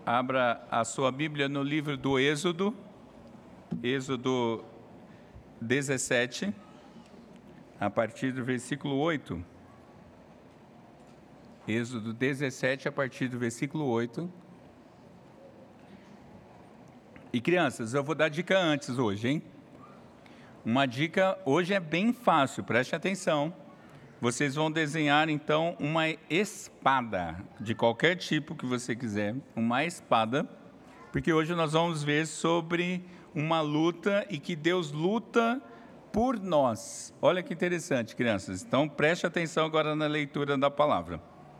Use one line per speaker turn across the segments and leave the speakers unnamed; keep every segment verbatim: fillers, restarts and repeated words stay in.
Abra a sua Bíblia no livro do Êxodo, Êxodo dezessete, a partir do versículo oito. Êxodo dezessete, a partir do versículo oito. E crianças, eu vou dar dica antes hoje, hein? Uma dica hoje é bem fácil, preste atenção. Vocês vão desenhar, então, uma espada, de qualquer tipo que você quiser, uma espada, porque hoje nós vamos ver sobre uma luta e que Deus luta por nós. Olha que interessante, crianças. Então, preste atenção agora na leitura da palavra.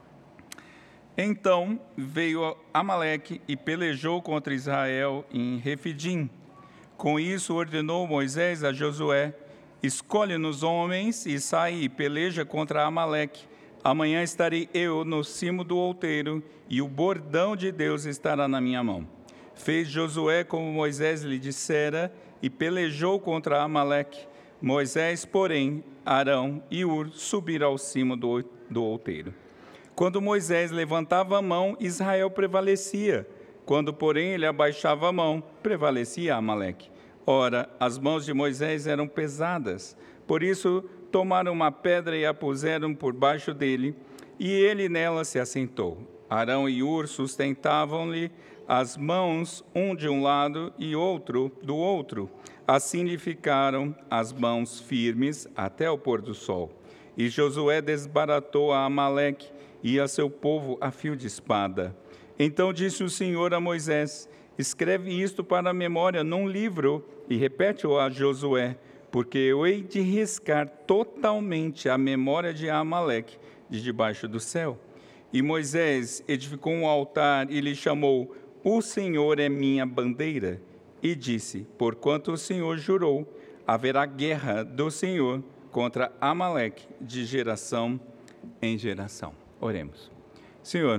Então veio Amaleque e pelejou contra Israel em Refidim. Com isso ordenou Moisés a Josué: escolhe-nos homens e sai e peleja contra Amaleque. Amanhã estarei eu no cimo do outeiro e o bordão de Deus estará na minha mão. Fez Josué como Moisés lhe dissera e pelejou contra Amaleque. Moisés, porém, Arão e Ur subiram ao cimo do, do outeiro. Quando Moisés levantava a mão, Israel prevalecia. Quando, porém, ele abaixava a mão, prevalecia Amaleque. Ora, as mãos de Moisés eram pesadas, por isso tomaram uma pedra e a puseram por baixo dele, e ele nela se assentou. Arão e Ur sustentavam-lhe as mãos, um de um lado e outro do outro. Assim lhe ficaram as mãos firmes até o pôr do sol. E Josué desbaratou a Amaleque e a seu povo a fio de espada. Então disse o Senhor a Moisés: escreve isto para a memória num livro e repete-o a Josué, porque eu hei de riscar totalmente a memória de Amaleque de debaixo do céu. E Moisés edificou um altar e lhe chamou: o Senhor é minha bandeira. E disse: porquanto o Senhor jurou, haverá guerra do Senhor contra Amaleque de geração em geração. Oremos. Senhor,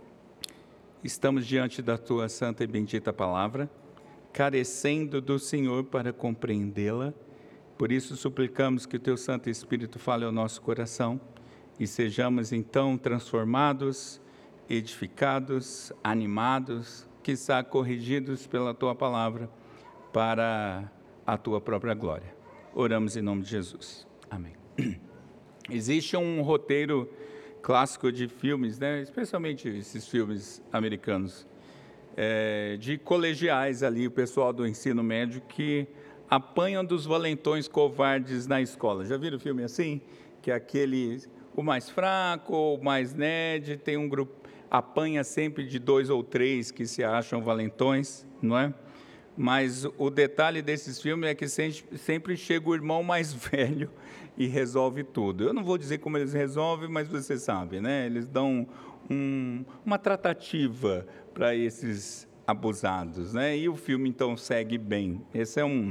estamos diante da Tua santa e bendita palavra, carecendo do Senhor para compreendê-la. Por isso suplicamos que o Teu Santo Espírito fale ao nosso coração e sejamos então transformados, edificados, animados, quiçá corrigidos pela Tua palavra para a Tua própria glória. Oramos em nome de Jesus. Amém. Existe um roteiro clássico de filmes, né? Especialmente esses filmes americanos, é, de colegiais ali, o pessoal do ensino médio que apanham dos valentões covardes na escola. Já viram o filme assim? Que é aquele, o mais fraco, o mais nerd, tem um grupo, apanha sempre de dois ou três que se acham valentões, não é? Mas o detalhe desses filmes é que sempre chega o irmão mais velho e resolve tudo. Eu não vou dizer como eles resolvem, mas você sabe, né? Eles dão um, uma tratativa para esses abusados, né? E o filme, então, segue bem. Esse é um,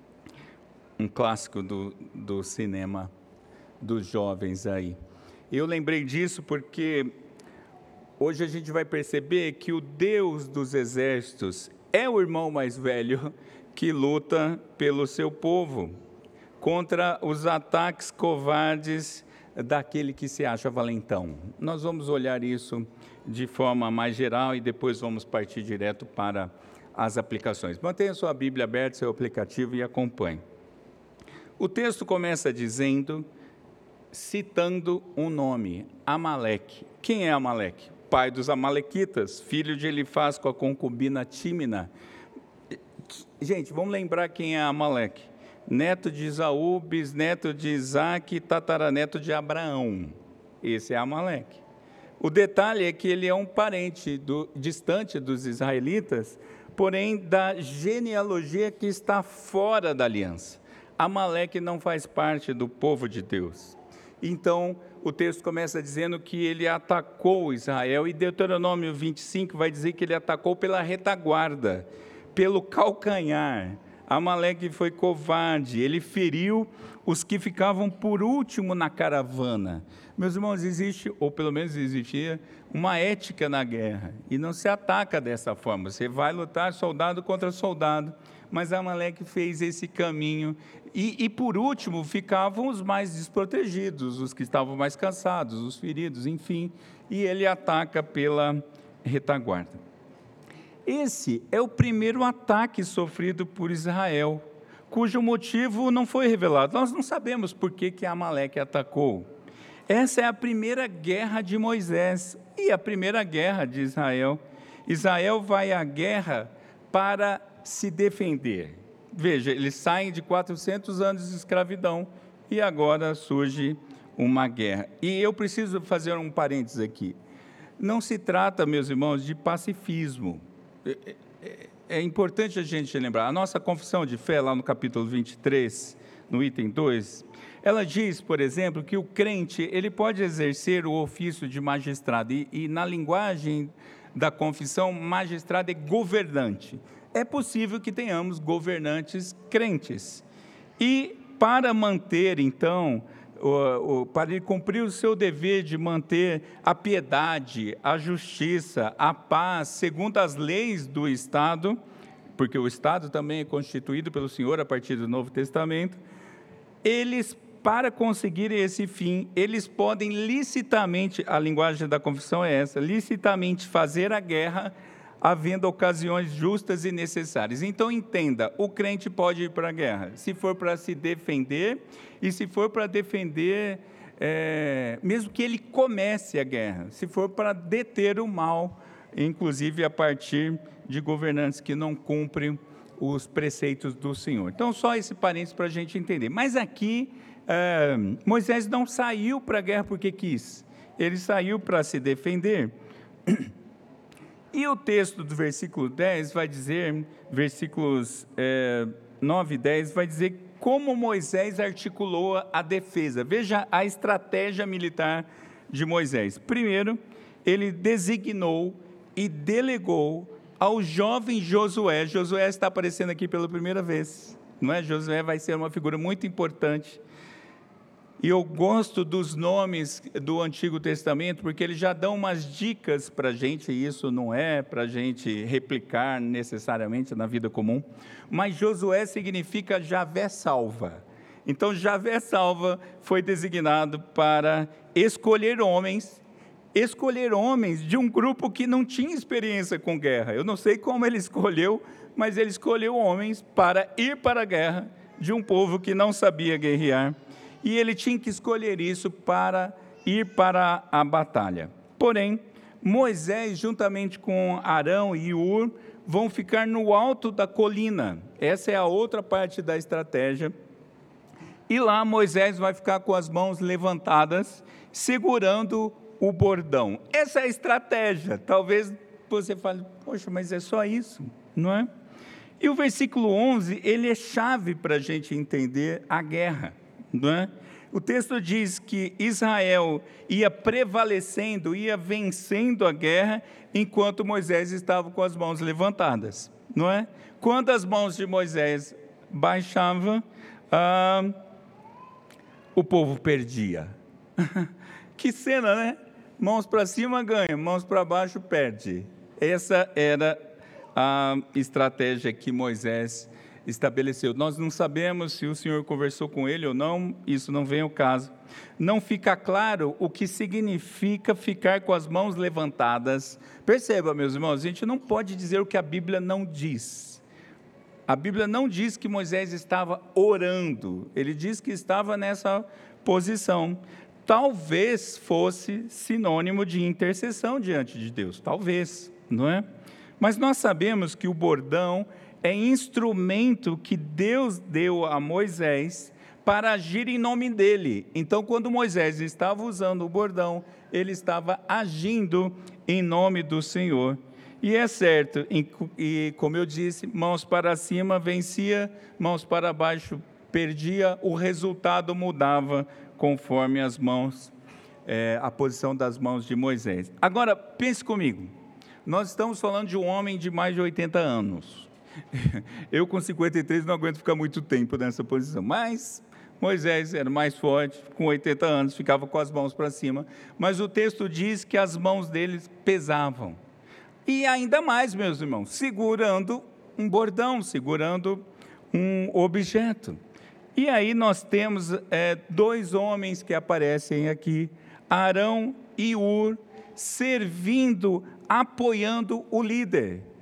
um clássico do, do cinema dos jovens aí. Eu lembrei disso porque hoje a gente vai perceber que o Deus dos exércitos é o irmão mais velho que luta pelo seu povo, contra os ataques covardes daquele que se acha valentão. Nós vamos olhar isso de forma mais geral e depois vamos partir direto para as aplicações. Mantenha sua Bíblia aberta, seu aplicativo e acompanhe. O texto começa dizendo, citando um nome, Amaleque. Quem é Amaleque? Pai dos amalequitas, filho de Elifaz com a concubina Tímina. Gente, vamos lembrar quem é Amaleque. Neto de Esaú, bisneto de Isaac, tataraneto de Abraão. Esse é Amaleque. O detalhe é que ele é um parente do, distante dos israelitas, porém da genealogia que está fora da aliança. Amaleque não faz parte do povo de Deus. Então, o texto começa dizendo que ele atacou Israel, e Deuteronômio vinte e cinco vai dizer que ele atacou pela retaguarda, pelo calcanhar. Amaleque foi covarde, ele feriu os que ficavam por último na caravana. Meus irmãos, existe, ou pelo menos existia, uma ética na guerra, e não se ataca dessa forma. Você vai lutar soldado contra soldado, mas Amaleque fez esse caminho, e, e por último ficavam os mais desprotegidos, os que estavam mais cansados, os feridos, enfim, e ele ataca pela retaguarda. esse é o primeiro ataque sofrido por Israel, cujo motivo não foi revelado. Nós não sabemos por que que Amaleque atacou. Essa é a primeira guerra de Moisés e a primeira guerra de Israel. Israel vai à guerra para se defender. Veja, eles saem de quatrocentos anos de escravidão e agora surge uma guerra. E eu preciso fazer um parênteses aqui. Não se trata, meus irmãos, de pacifismo. É, é, é importante a gente lembrar. A nossa confissão de fé, lá no capítulo vinte e três, no item dois, ela diz, por exemplo, que o crente ele pode exercer o ofício de magistrado. E, e na linguagem da confissão, magistrado é governante. É possível que tenhamos governantes crentes. E para manter, então, o, o, para ele cumprir o seu dever de manter a piedade, a justiça, a paz, segundo as leis do Estado, porque o Estado também é constituído pelo Senhor a partir do Novo Testamento, eles, para conseguirem esse fim, eles podem licitamente, a linguagem da confissão é essa, licitamente fazer a guerra, havendo ocasiões justas e necessárias. Então, entenda, o crente pode ir para a guerra, se for para se defender, e se for para defender, é, mesmo que ele comece a guerra, se for para deter o mal, inclusive a partir de governantes que não cumprem os preceitos do Senhor. Então, só esse parênteses para a gente entender. Mas aqui, é, Moisés não saiu para a guerra porque quis, ele saiu para se defender. E o texto do versículo dez vai dizer, versículos é, nove e dez, vai dizer como Moisés articulou a defesa. Veja a estratégia militar de Moisés. Primeiro, ele designou e delegou ao jovem Josué. Josué está aparecendo aqui pela primeira vez, não é? Josué vai ser uma figura muito importante. E eu gosto dos nomes do Antigo Testamento, porque eles já dão umas dicas para a gente, e isso não é para a gente replicar necessariamente na vida comum, mas Josué significa Javé salva. Então, Javé salva foi designado para escolher homens, escolher homens de um grupo que não tinha experiência com guerra. Eu não sei como ele escolheu, mas ele escolheu homens para ir para a guerra de um povo que não sabia guerrear. E ele tinha que escolher isso para ir para a batalha. Porém, Moisés, juntamente com Arão e Ur, vão ficar no alto da colina. Essa é a outra parte da estratégia. E lá Moisés vai ficar com as mãos levantadas, segurando o bordão. Essa é a estratégia. Talvez você fale, poxa, mas é só isso, não é? E o versículo onze, ele é chave para a gente entender a guerra. Não é? O texto diz que Israel ia prevalecendo, ia vencendo a guerra, enquanto Moisés estava com as mãos levantadas, não é? Quando as mãos de Moisés baixavam, ah, o povo perdia. Que cena, né? Mãos para cima ganha, mãos para baixo perde. Essa era a estratégia que Moisés estabeleceu. Nós não sabemos se o Senhor conversou com ele ou não, isso não vem ao caso. Não fica claro o que significa ficar com as mãos levantadas. Perceba, meus irmãos, a gente não pode dizer o que a Bíblia não diz. A Bíblia não diz que Moisés estava orando, ele diz que estava nessa posição. Talvez fosse sinônimo de intercessão diante de Deus, talvez, não é? Mas nós sabemos que o bordão é instrumento que Deus deu a Moisés para agir em nome dele. Então, quando Moisés estava usando o bordão, ele estava agindo em nome do Senhor. E é certo, e como eu disse, mãos para cima vencia, mãos para baixo perdia, o resultado mudava conforme as mãos, é, a posição das mãos de Moisés. Agora, pense comigo, nós estamos falando de um homem de mais de oitenta anos. Eu com cinquenta e três não aguento ficar muito tempo nessa posição, mas Moisés era mais forte, com oitenta anos, ficava com as mãos para cima, mas o texto diz que as mãos deles pesavam, e ainda mais, meus irmãos, segurando um bordão, segurando um objeto. E aí nós temos é, dois homens que aparecem aqui, Arão e Ur, servindo, apoiando o líder.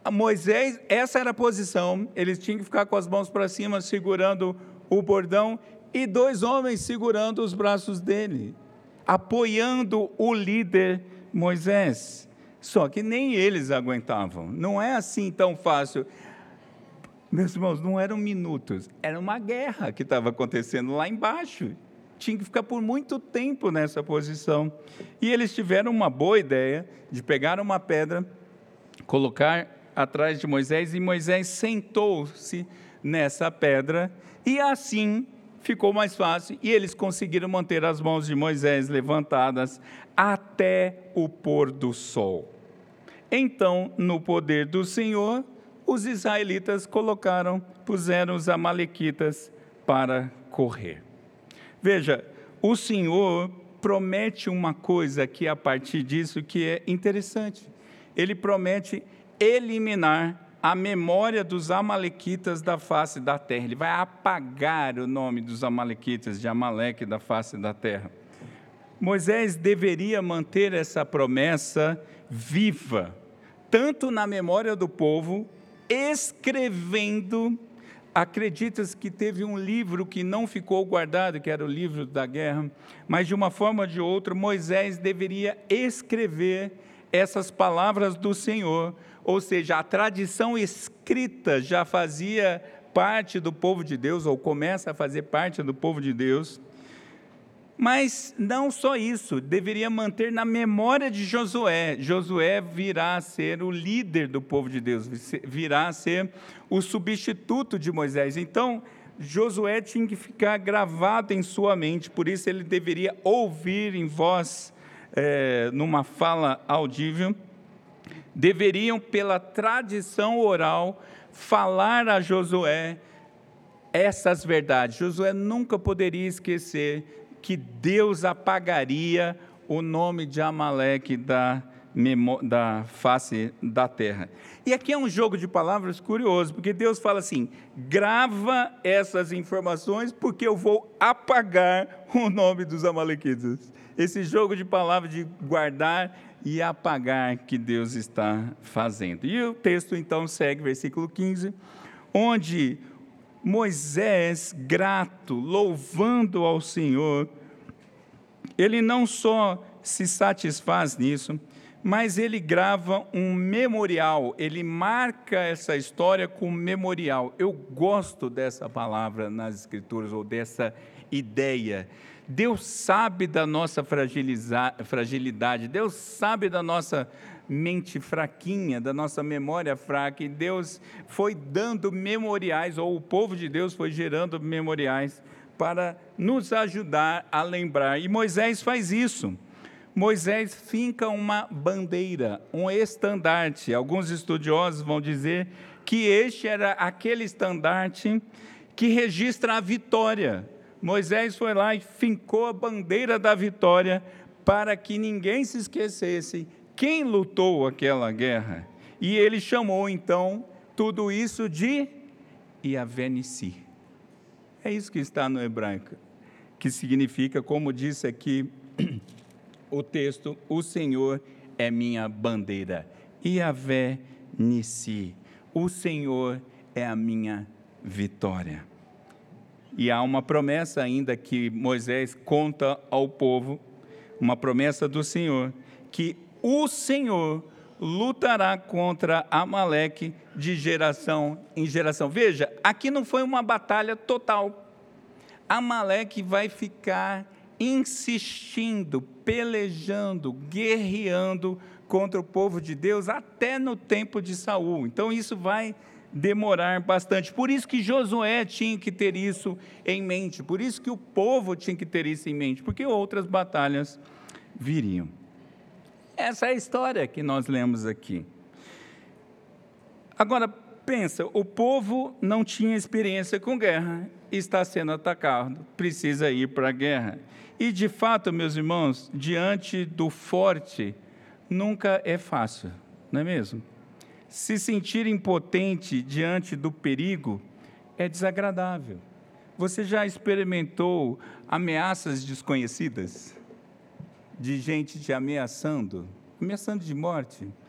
Moisés, essa era a posição, eles tinham que ficar com as mãos para cima, segurando o bordão, e dois homens segurando os braços dele, apoiando o líder Moisés. Só que nem eles aguentavam, não é assim tão fácil. Meus irmãos, não eram minutos, era uma guerra que estava acontecendo lá embaixo. Tinha que ficar por muito tempo nessa posição. E eles tiveram uma boa ideia de pegar uma pedra, colocar atrás de Moisés, e Moisés sentou-se nessa pedra, e assim ficou mais fácil, e eles conseguiram manter as mãos de Moisés levantadas até o pôr do sol. Então, no poder do Senhor, os israelitas colocaram, puseram os amalequitas para correr. Veja, o Senhor promete uma coisa aqui a partir disso que é interessante. Ele promete eliminar a memória dos amalequitas da face da terra. Ele vai apagar o nome dos amalequitas, de Amaleque, da face da terra. Moisés deveria manter essa promessa viva, tanto na memória do povo, escrevendo. Acreditas que teve um livro que não ficou guardado, que era o livro da guerra, mas de uma forma ou de outra, Moisés deveria escrever essas palavras do Senhor, ou seja, a tradição escrita já fazia parte do povo de Deus, ou começa a fazer parte do povo de Deus. Mas não só isso, deveria manter na memória de Josué. Josué virá a ser o líder do povo de Deus, virá a ser o substituto de Moisés. Então, Josué tinha que ficar gravado em sua mente, por isso ele deveria ouvir em voz, é, numa fala audível. Deveriam, pela tradição oral, falar a Josué essas verdades. Josué nunca poderia esquecer que Deus apagaria o nome de Amaleque da, da face da terra. E aqui é um jogo de palavras curioso, porque Deus fala assim: grava essas informações, porque eu vou apagar o nome dos amalequitas. Esse jogo de palavras de guardar e apagar que Deus está fazendo. E o texto então segue, versículo quinze, onde Moisés, grato, louvando ao Senhor, ele não só se satisfaz nisso, mas ele grava um memorial, ele marca essa história com um memorial. Eu gosto dessa palavra nas Escrituras, ou dessa ideia. Deus sabe da nossa fragilidade, Deus sabe da nossa mente fraquinha, da nossa memória fraca, e Deus foi dando memoriais, ou o povo de Deus foi gerando memoriais para nos ajudar a lembrar, e Moisés faz isso. Moisés finca uma bandeira, um estandarte. Alguns estudiosos vão dizer que este era aquele estandarte que registra a vitória. Moisés foi lá e fincou a bandeira da vitória para que ninguém se esquecesse quem lutou aquela guerra. E ele chamou, então, tudo isso de Yahvé Nissi. É isso que está no hebraico, que significa, como disse aqui o texto, o Senhor é minha bandeira. Yahvé Nissi, o Senhor é a minha vitória. E há uma promessa ainda que Moisés conta ao povo, uma promessa do Senhor, que o Senhor lutará contra Amaleque de geração em geração. Veja, aqui não foi uma batalha total. Amaleque vai ficar insistindo, pelejando, guerreando contra o povo de Deus até no tempo de Saul. Então isso vai demorar bastante. Por isso que Josué tinha que ter isso em mente, por isso que o povo tinha que ter isso em mente, porque outras batalhas viriam. Essa é a história que nós lemos aqui. Agora, pensa, o povo não tinha experiência com guerra, está sendo atacado, precisa ir para a guerra. E, de fato, meus irmãos, diante do forte, nunca é fácil, não é mesmo? Se sentir impotente diante do perigo é desagradável. Você já experimentou ameaças desconhecidas? De gente te ameaçando, ameaçando de morte?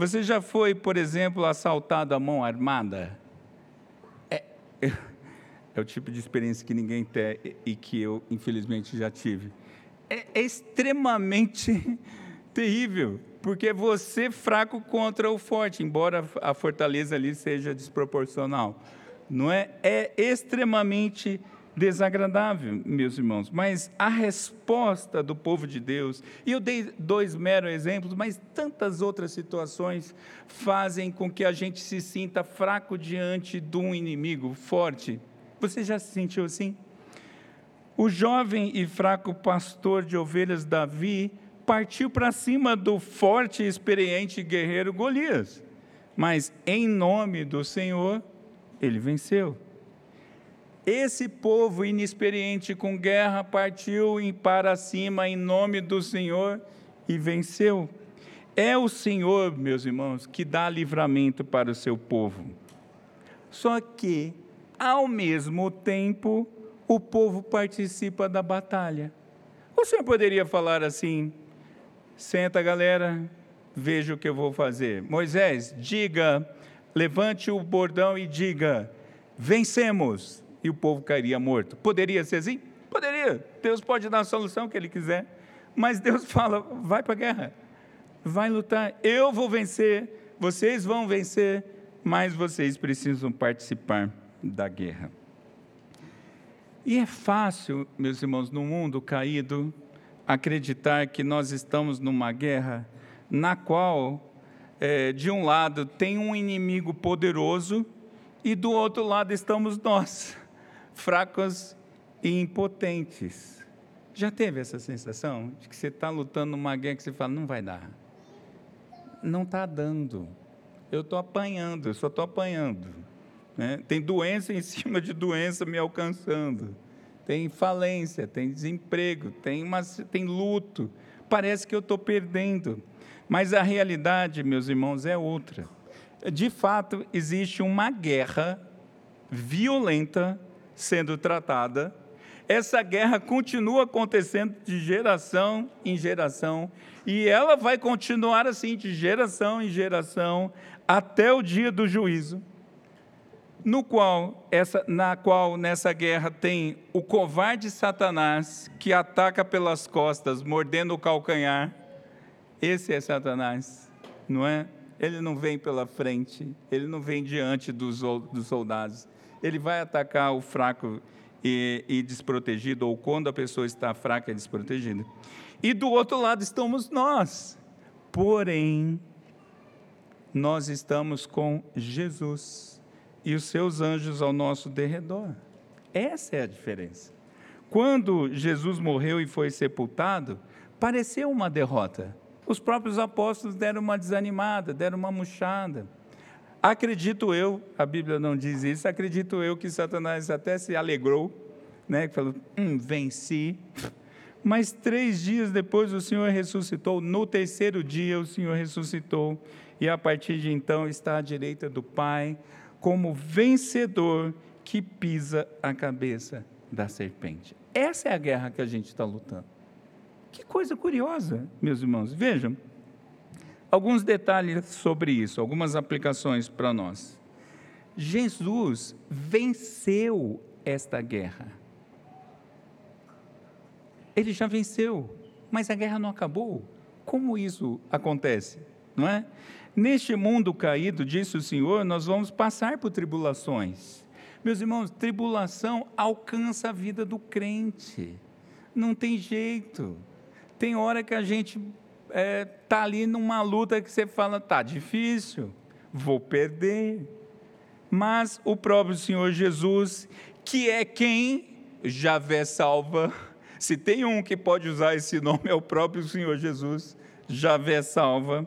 Você já foi, por exemplo, assaltado à mão armada? É, é o tipo de experiência que ninguém tem e que eu, infelizmente, já tive. É, é extremamente terrível, porque você fraco contra o forte, embora a fortaleza ali seja desproporcional. Não é? É extremamente desagradável, meus irmãos, mas a resposta do povo de Deus, e eu dei dois meros exemplos, mas tantas outras situações fazem com que a gente se sinta fraco diante de um inimigo forte. Você já se sentiu assim? O jovem e fraco pastor de ovelhas Davi partiu para cima do forte e experiente guerreiro Golias, mas em nome do Senhor, ele venceu. Esse povo inexperiente com guerra partiu para cima em nome do Senhor e venceu. É o Senhor, meus irmãos, que dá livramento para o seu povo. Só que, ao mesmo tempo, o povo participa da batalha. O Senhor poderia falar assim: senta, galera, veja o que eu vou fazer. Moisés, diga, levante o bordão e diga, vencemos. E o povo cairia morto. Poderia ser assim? Poderia. Deus pode dar a solução que Ele quiser. Mas Deus fala, vai para a guerra. Vai lutar. Eu vou vencer, vocês vão vencer, mas vocês precisam participar da guerra. E é fácil, meus irmãos, no mundo caído, acreditar que nós estamos numa guerra na qual, é, de um lado, tem um inimigo poderoso e do outro lado estamos nós, fracos e impotentes. Já teve essa sensação de que você está lutando numa guerra que você fala, não vai dar. Não está dando. Eu estou apanhando, eu só estou apanhando. Né? Tem doença em cima de doença me alcançando. Tem falência, tem desemprego, tem, uma, tem luto. Parece que eu estou perdendo. Mas a realidade, meus irmãos, é outra. De fato, existe uma guerra violenta sendo tratada. Essa guerra continua acontecendo de geração em geração, e ela vai continuar assim, de geração em geração, até o dia do juízo, no qual, essa, na qual, nessa guerra, tem o covarde Satanás, que ataca pelas costas, mordendo o calcanhar. Esse é Satanás, não é? Ele não vem pela frente, ele não vem diante dos, dos soldados, ele vai atacar o fraco e, e desprotegido, ou quando a pessoa está fraca e desprotegida. E do outro lado estamos nós, porém, nós estamos com Jesus e os seus anjos ao nosso derredor. Essa é a diferença. Quando Jesus morreu e foi sepultado, pareceu uma derrota. Os próprios apóstolos deram uma desanimada, deram uma murchada. Acredito eu, a Bíblia não diz isso, acredito eu que Satanás até se alegrou, né, falou, hum, venci. Mas três dias depois o Senhor ressuscitou, no terceiro dia o Senhor ressuscitou, e a partir de então está à direita do Pai, como vencedor que pisa a cabeça da serpente. Essa é a guerra que a gente está lutando. Que coisa curiosa, meus irmãos. Vejam, alguns detalhes sobre isso, algumas aplicações para nós. Jesus venceu esta guerra. Ele já venceu, mas a guerra não acabou. Como isso acontece, não é? Neste mundo caído, disse o Senhor, nós vamos passar por tribulações. Meus irmãos, tribulação alcança a vida do crente. Não tem jeito. Tem hora que a gente está é, tá ali numa luta que você fala, tá difícil, vou perder. Mas o próprio Senhor Jesus, que é quem Javé salva, se tem um que pode usar esse nome, é o próprio Senhor Jesus, Javé salva.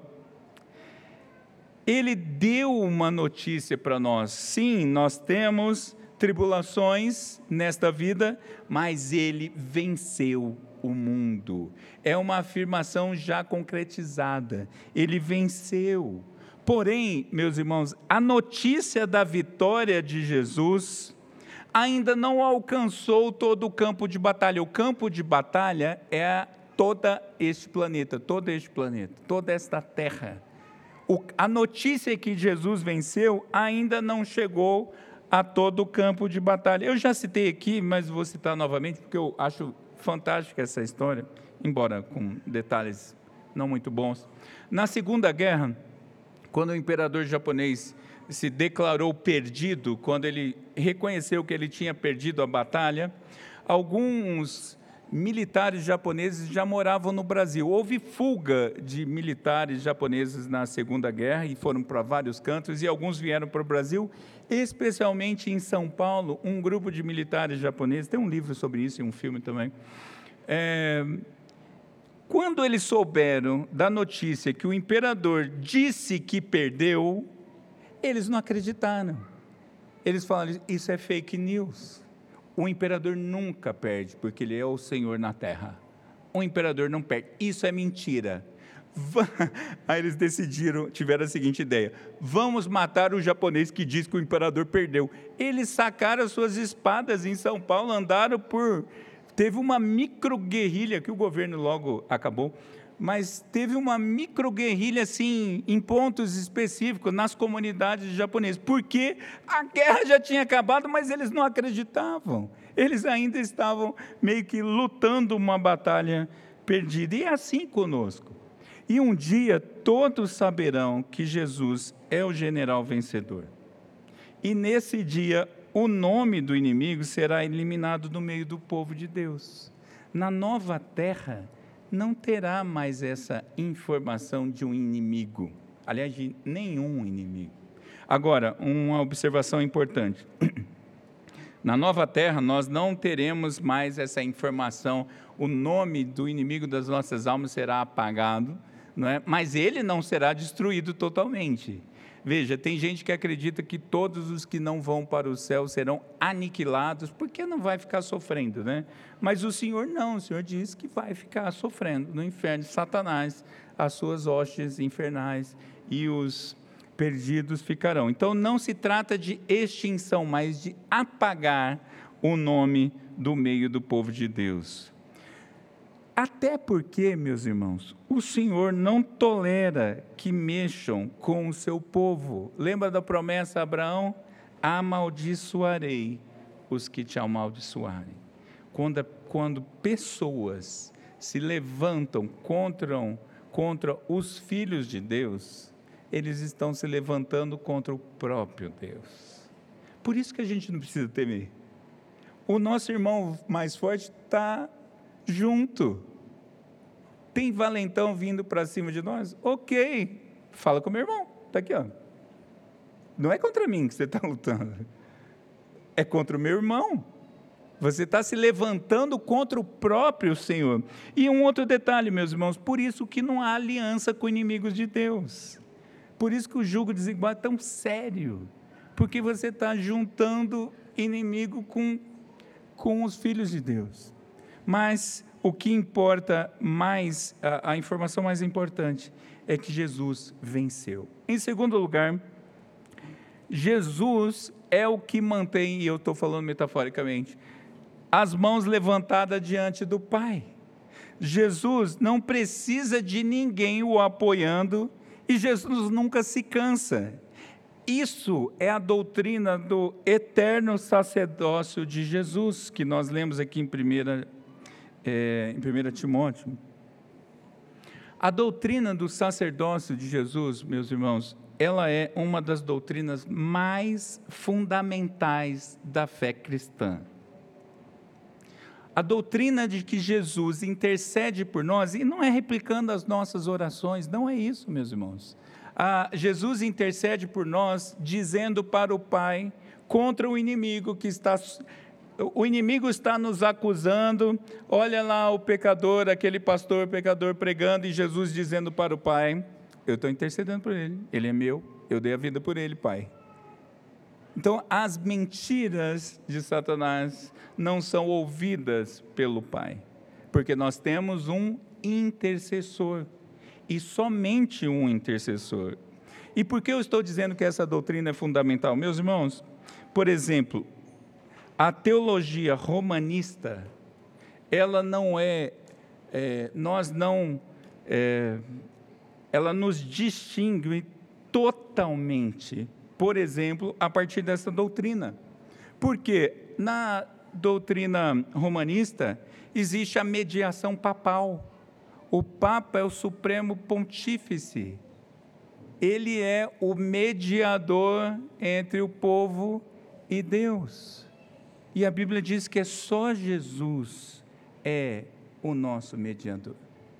Ele deu uma notícia para nós. Sim, nós temos tribulações nesta vida, mas Ele venceu o mundo. É uma afirmação já concretizada. Ele venceu. Porém, meus irmãos, a notícia da vitória de Jesus ainda não alcançou todo o campo de batalha. O campo de batalha é todo este planeta, todo este planeta, toda esta terra. o, a notícia que Jesus venceu ainda não chegou a todo o campo de batalha. Eu já citei aqui, mas vou citar novamente, porque eu acho fantástica essa história, embora com detalhes não muito bons. Na Segunda Guerra, quando o imperador japonês se declarou perdido, quando ele reconheceu que ele tinha perdido a batalha, alguns militares japoneses já moravam no Brasil. Houve fuga de militares japoneses na Segunda Guerra e foram para vários cantos, e alguns vieram para o Brasil, especialmente em São Paulo, um grupo de militares japoneses, tem um livro sobre isso e um filme também. É, quando eles souberam da notícia que o imperador disse que perdeu, eles não acreditaram. Eles falaram, isso é fake news. O imperador nunca perde, porque ele é o Senhor na terra. O imperador não perde. Isso é mentira. Aí eles decidiram, tiveram a seguinte ideia: vamos matar o japonês que diz que o imperador perdeu. Eles sacaram suas espadas em São Paulo, andaram por... Teve uma micro-guerrilha, que o governo logo acabou, mas teve uma micro-guerrilha, assim, em pontos específicos, nas comunidades japonesas, porque a guerra já tinha acabado, mas eles não acreditavam. Eles ainda estavam meio que lutando uma batalha perdida. E é assim conosco. E um dia todos saberão que Jesus é o general vencedor. E nesse dia, o nome do inimigo será eliminado do meio do povo de Deus. Na nova terra, não terá mais essa informação de um inimigo, aliás, de nenhum inimigo. Agora, uma observação importante. Na nova terra, nós não teremos mais essa informação, o nome do inimigo das nossas almas será apagado, não é? Mas ele não será destruído totalmente. Veja, tem gente que acredita que todos os que não vão para o céu serão aniquilados, porque não vai ficar sofrendo, né? Mas o Senhor não, o Senhor diz que vai ficar sofrendo no inferno, Satanás, as suas hostes infernais e os perdidos ficarão. Então, não se trata de extinção, mas de apagar o nome do meio do povo de Deus. Até porque, meus irmãos, o Senhor não tolera que mexam com o seu povo. Lembra da promessa a Abraão? Amaldiçoarei os que te amaldiçoarem. Quando, quando pessoas se levantam contra, contra os filhos de Deus, eles estão se levantando contra o próprio Deus. Por isso que a gente não precisa temer. O nosso irmão mais forte está junto. Tem valentão vindo para cima de nós? Ok, fala com o meu irmão, está aqui, ó. Não é contra mim que você está lutando, é contra o meu irmão. Você está se levantando contra o próprio Senhor. E um outro detalhe, meus irmãos, por isso que não há aliança com inimigos de Deus. Por isso que o jugo desigual é tão sério, porque você está juntando inimigo com, com os filhos de Deus. Mas o que importa mais, a, a informação mais importante, é que Jesus venceu. Em segundo lugar, Jesus é o que mantém, e eu estou falando metaforicamente, as mãos levantadas diante do Pai. Jesus não precisa de ninguém o apoiando, e Jesus nunca se cansa. Isso é a doutrina do eterno sacerdócio de Jesus, que nós lemos aqui em primeira, é, em primeira Timóteo. A doutrina do sacerdócio de Jesus, meus irmãos, ela é uma das doutrinas mais fundamentais da fé cristã. A doutrina de que Jesus intercede por nós, e não é replicando as nossas orações, não é isso, meus irmãos. Ah, Jesus intercede por nós, dizendo para o Pai, contra o inimigo que está... O inimigo está nos acusando, olha lá o pecador, aquele pastor pecador pregando, e Jesus dizendo para o Pai, eu estou intercedendo por ele, ele é meu, eu dei a vida por ele, Pai. Então, as mentiras de Satanás não são ouvidas pelo Pai, porque nós temos um intercessor, e somente um intercessor. E por que eu estou dizendo que essa doutrina é fundamental? Meus irmãos, por exemplo, a teologia romanista, ela não é, é nós não, é, ela nos distingue totalmente, por exemplo, a partir dessa doutrina. Porque na doutrina romanista existe a mediação papal. O Papa é o supremo pontífice. Ele é o mediador entre o povo e Deus. E a Bíblia diz que é só Jesus é o nosso mediador.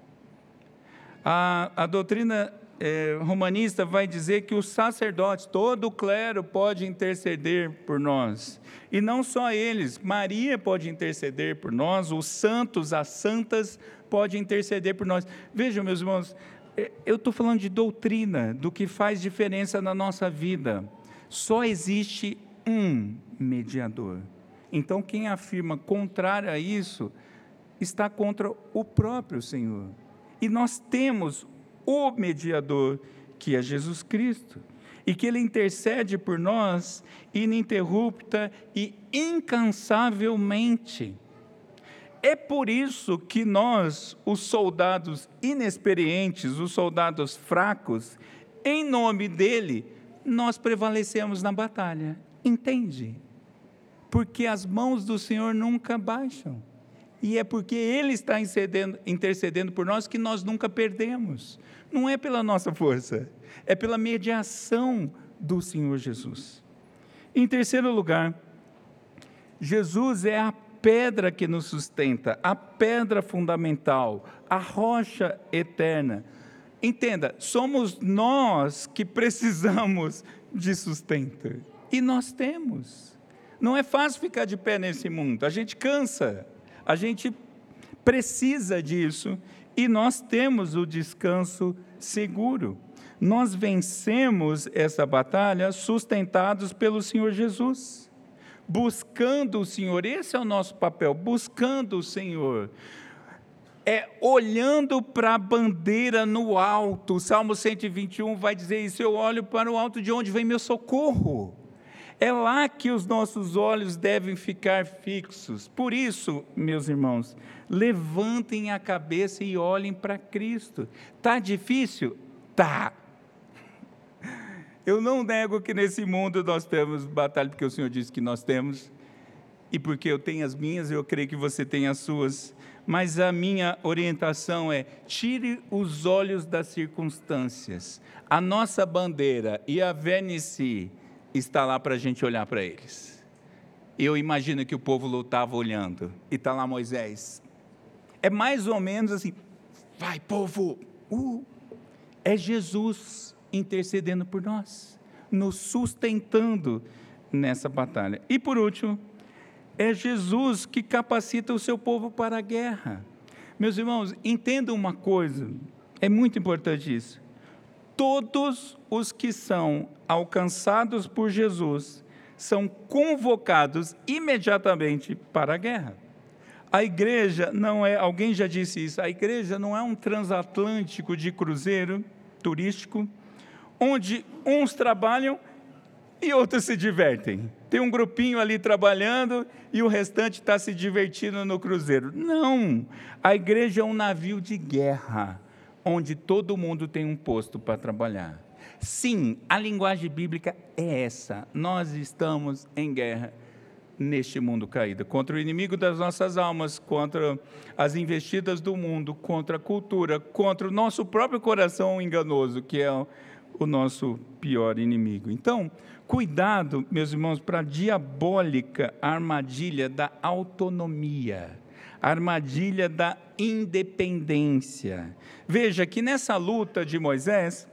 A, a doutrina é, romanista vai dizer que os sacerdotes, todo o clero pode interceder por nós. E não só eles, Maria pode interceder por nós, os santos, as santas podem interceder por nós. Vejam, meus irmãos, eu estou falando de doutrina, do que faz diferença na nossa vida. Só existe um mediador. Então, quem afirma contrário a isso, está contra o próprio Senhor. E nós temos o mediador, que é Jesus Cristo, e que Ele intercede por nós, ininterrupta e incansavelmente. É por isso que nós, os soldados inexperientes, os soldados fracos, em nome dEle, nós prevalecemos na batalha. Entende? Porque as mãos do Senhor nunca baixam. E é porque Ele está intercedendo por nós que nós nunca perdemos. Não é pela nossa força, é pela mediação do Senhor Jesus. Em terceiro lugar, Jesus é a pedra que nos sustenta, a pedra fundamental, a rocha eterna. Entenda, somos nós que precisamos de sustento. E nós temos. Não é fácil ficar de pé nesse mundo, a gente cansa. A gente precisa disso e nós temos o descanso seguro. Nós vencemos essa batalha sustentados pelo Senhor Jesus, buscando o Senhor. Esse é o nosso papel, buscando o Senhor. É olhando para a bandeira no alto. O Salmo cento e vinte e um vai dizer isso: eu olho para o alto, de onde vem meu socorro. É lá que os nossos olhos devem ficar fixos. Por isso, meus irmãos, levantem a cabeça e olhem para Cristo. Está difícil? Tá. Eu não nego que nesse mundo nós temos batalha, porque o Senhor disse que nós temos, e porque eu tenho as minhas, eu creio que você tem as suas. Mas a minha orientação é: tire os olhos das circunstâncias. A nossa bandeira e a Venice está lá para a gente olhar para eles. Eu imagino que o povo lutava olhando, e está lá Moisés. É mais ou menos assim: vai, povo! Uh, é Jesus intercedendo por nós, nos sustentando nessa batalha. E por último, é Jesus que capacita o seu povo para a guerra. Meus irmãos, entendam uma coisa, é muito importante isso. Todos os que são alcançados por Jesus são convocados imediatamente para a guerra. A igreja não é, alguém já disse isso, a igreja não é um transatlântico de cruzeiro turístico, onde uns trabalham e outros se divertem. Tem um grupinho ali trabalhando e o restante está se divertindo no cruzeiro. Não, a igreja é um navio de guerra, onde todo mundo tem um posto para trabalhar. Sim, a linguagem bíblica é essa. Nós estamos em guerra neste mundo caído, contra o inimigo das nossas almas, contra as investidas do mundo, contra a cultura, contra o nosso próprio coração enganoso, que é o nosso pior inimigo. Então, cuidado, meus irmãos, para a diabólica armadilha da autonomia, a armadilha da independência. Veja que nessa luta de Moisés,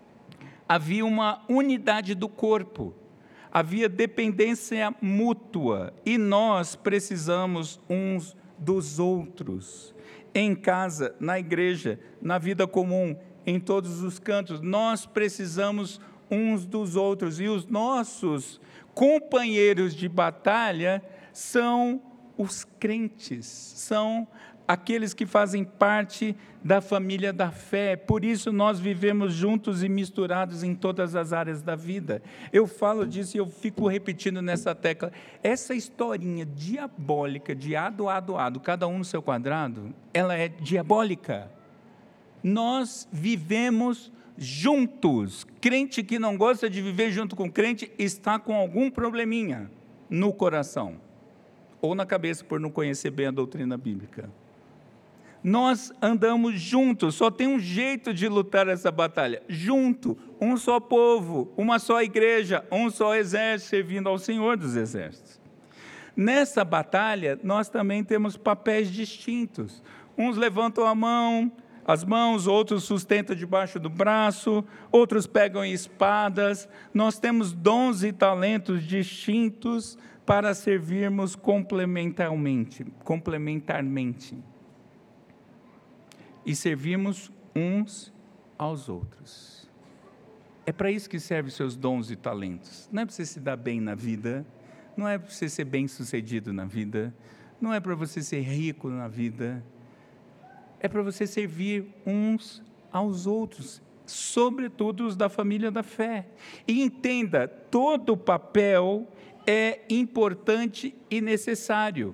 havia uma unidade do corpo, havia dependência mútua, e nós precisamos uns dos outros. Em casa, na igreja, na vida comum, em todos os cantos, nós precisamos uns dos outros, e os nossos companheiros de batalha são os crentes, são aqueles que fazem parte da família da fé. Por isso nós vivemos juntos e misturados em todas as áreas da vida. Eu falo disso e eu fico repetindo nessa tecla. Essa historinha diabólica de ado, ado, ado, cada um no seu quadrado, ela é diabólica. Nós vivemos juntos. Crente que não gosta de viver junto com crente está com algum probleminha no coração ou na cabeça por não conhecer bem a doutrina bíblica. Nós andamos juntos, só tem um jeito de lutar essa batalha, junto, um só povo, uma só igreja, um só exército servindo ao Senhor dos exércitos. Nessa batalha, nós também temos papéis distintos. Uns levantam a mão, as mãos, outros sustentam debaixo do braço, outros pegam espadas. Nós temos dons e talentos distintos para servirmos complementarmente, complementarmente. E servirmos uns aos outros. É para isso que servem seus dons e talentos. Não é para você se dar bem na vida, não é para você ser bem-sucedido na vida, não é para você ser rico na vida, é para você servir uns aos outros, sobretudo os da família da fé. E entenda, todo papel é importante e necessário.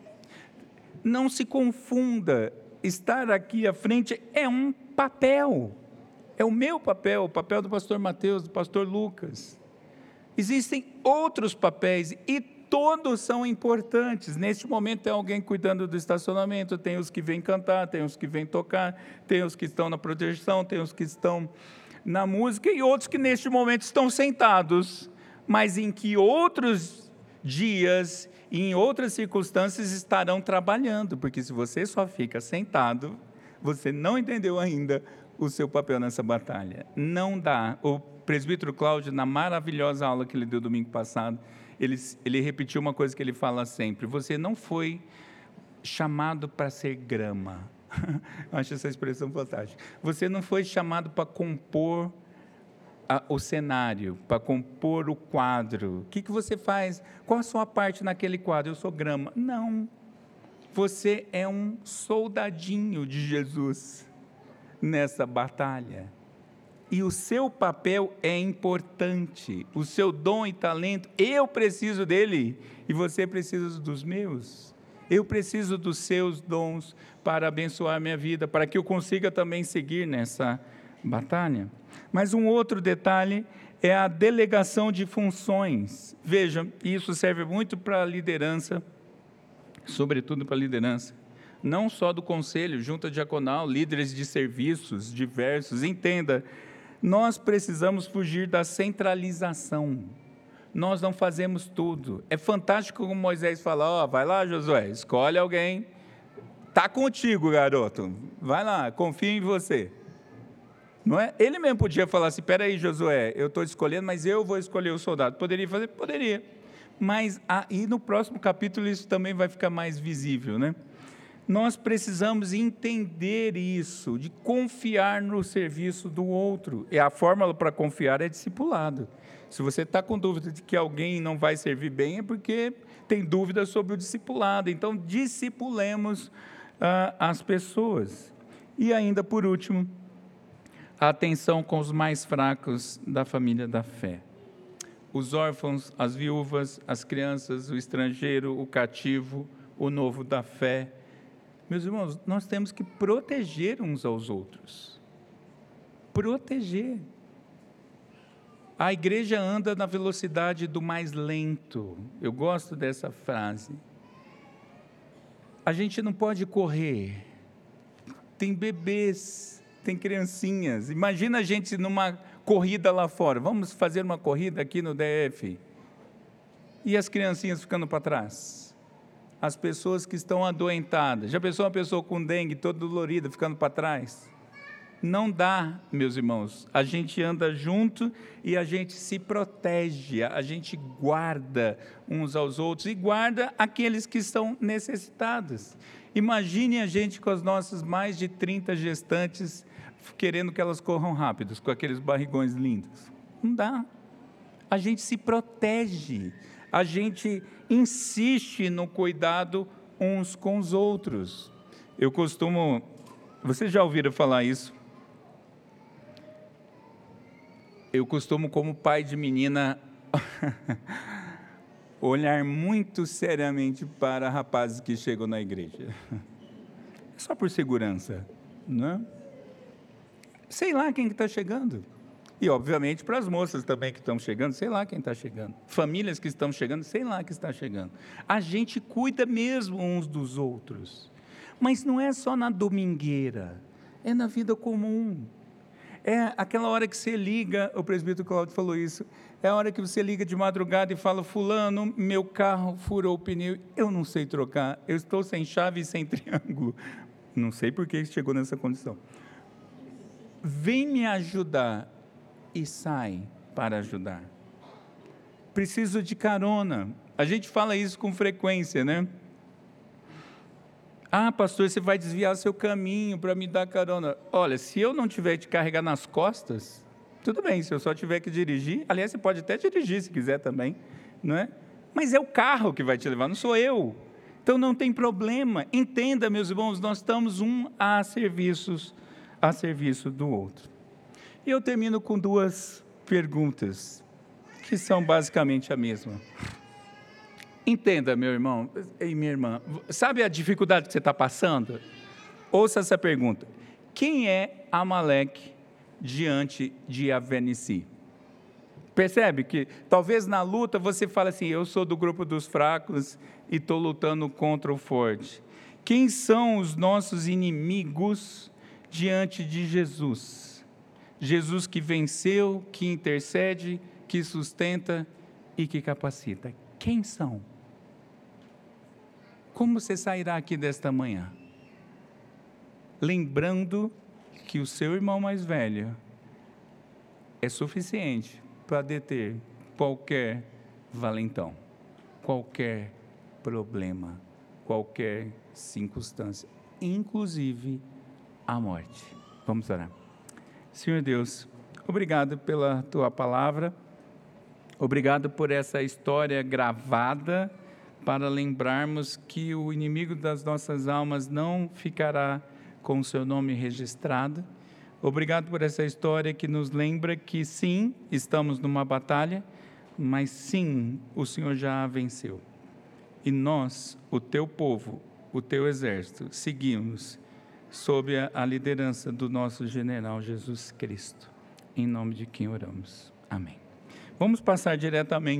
Não se confunda. Estar aqui à frente é um papel, é o meu papel, o papel do pastor Mateus, do pastor Lucas. Existem outros papéis e todos são importantes. Neste momento tem alguém cuidando do estacionamento, tem os que vêm cantar, tem os que vêm tocar, tem os que estão na projeção, tem os que estão na música e outros que neste momento estão sentados, mas em que outros dias e em outras circunstâncias estarão trabalhando, porque se você só fica sentado, você não entendeu ainda o seu papel nessa batalha. Não dá. O presbítero Cláudio, na maravilhosa aula que ele deu domingo passado, ele, ele repetiu uma coisa que ele fala sempre: você não foi chamado para ser grama. Acho essa expressão fantástica. Você não foi chamado para compor A, o cenário, para compor o quadro. O que, que você faz? Qual a sua parte naquele quadro? Eu sou grama. Não. Você é um soldadinho de Jesus nessa batalha. E o seu papel é importante. O seu dom e talento, eu preciso dele e você precisa dos meus. Eu preciso dos seus dons para abençoar a minha vida, para que eu consiga também seguir nessa batalha. Mas um outro detalhe é a delegação de funções. Veja, isso serve muito para a liderança, sobretudo para a liderança, não só do conselho, junta diaconal, líderes de serviços diversos. Entenda, nós precisamos fugir da centralização. Nós não fazemos tudo. É fantástico como Moisés fala: ó, oh, vai lá, Josué, escolhe alguém, está contigo, garoto, vai lá, confio em você. Não é? Ele mesmo podia falar assim: espera aí, Josué, eu estou escolhendo, mas eu vou escolher o soldado. Poderia fazer? Poderia. Mas aí no próximo capítulo isso também vai ficar mais visível, né? Nós precisamos entender isso, de confiar no serviço do outro. E a fórmula para confiar é discipulado. Se você está com dúvida de que alguém não vai servir bem, é porque tem dúvida sobre o discipulado. Então, discipulemos ah, as pessoas. E ainda, por último, a atenção com os mais fracos da família da fé. Os órfãos, as viúvas, as crianças, o estrangeiro, o cativo, o novo da fé. Meus irmãos, nós temos que proteger uns aos outros. Proteger. A igreja anda na velocidade do mais lento. Eu gosto dessa frase. A gente não pode correr. Tem bebês, tem criancinhas. Imagina a gente numa corrida lá fora. Vamos fazer uma corrida aqui no D F. E as criancinhas ficando para trás. As pessoas que estão adoentadas. Já pensou uma pessoa com dengue, toda dolorida, ficando para trás? Não dá, meus irmãos. A gente anda junto e a gente se protege, a gente guarda uns aos outros e guarda aqueles que estão necessitados. Imagine a gente com as nossas mais de trinta gestantes, querendo que elas corram rápidos, com aqueles barrigões lindos. Não dá. A gente se protege, a gente insiste no cuidado uns com os outros. Eu costumo, vocês já ouviram falar isso? Eu costumo, como pai de menina, olhar muito seriamente para rapazes que chegam na igreja. Só por segurança, não é? Sei lá quem está chegando. E, obviamente, para as moças também que estão chegando, sei lá quem está chegando. Famílias que estão chegando, sei lá quem está chegando. A gente cuida mesmo uns dos outros. Mas não é só na domingueira, é na vida comum. É aquela hora que você liga, o presbítero Cláudio falou isso, é a hora que você liga de madrugada e fala, fulano, meu carro furou o pneu, eu não sei trocar, eu estou sem chave e sem triângulo. Não sei por que chegou nessa condição. Vem me ajudar. E sai para ajudar. Preciso de carona. A gente fala isso com frequência, né? Ah, pastor, você vai desviar seu caminho para me dar carona. Olha, se eu não tiver que te carregar nas costas, tudo bem, se eu só tiver que dirigir, aliás, você pode até dirigir se quiser também, não é? Mas é o carro que vai te levar, não sou eu. Então não tem problema. Entenda, meus irmãos, nós estamos um a serviços, a serviço do outro. E eu termino com duas perguntas, que são basicamente a mesma. Entenda, meu irmão e minha irmã, sabe a dificuldade que você está passando? Ouça essa pergunta. Quem é Amaleque diante de Yahvé-Nissi? Percebe que talvez na luta você fale assim, eu sou do grupo dos fracos e estou lutando contra o forte. Quem são os nossos inimigos diante de Jesus? Jesus que venceu, que intercede, que sustenta e que capacita. Quem são? Como você sairá aqui desta manhã? Lembrando que o seu irmão mais velho é suficiente para deter qualquer valentão, qualquer problema, qualquer circunstância, inclusive a morte. Vamos orar. Senhor Deus, obrigado pela Tua palavra, obrigado por essa história gravada, para lembrarmos que o inimigo das nossas almas não ficará com o seu nome registrado. Obrigado por essa história que nos lembra que sim, estamos numa batalha, mas sim, o Senhor já venceu. E nós, o Teu povo, o Teu exército, seguimos sob a liderança do nosso general Jesus Cristo, em nome de quem oramos. Amém. Vamos passar diretamente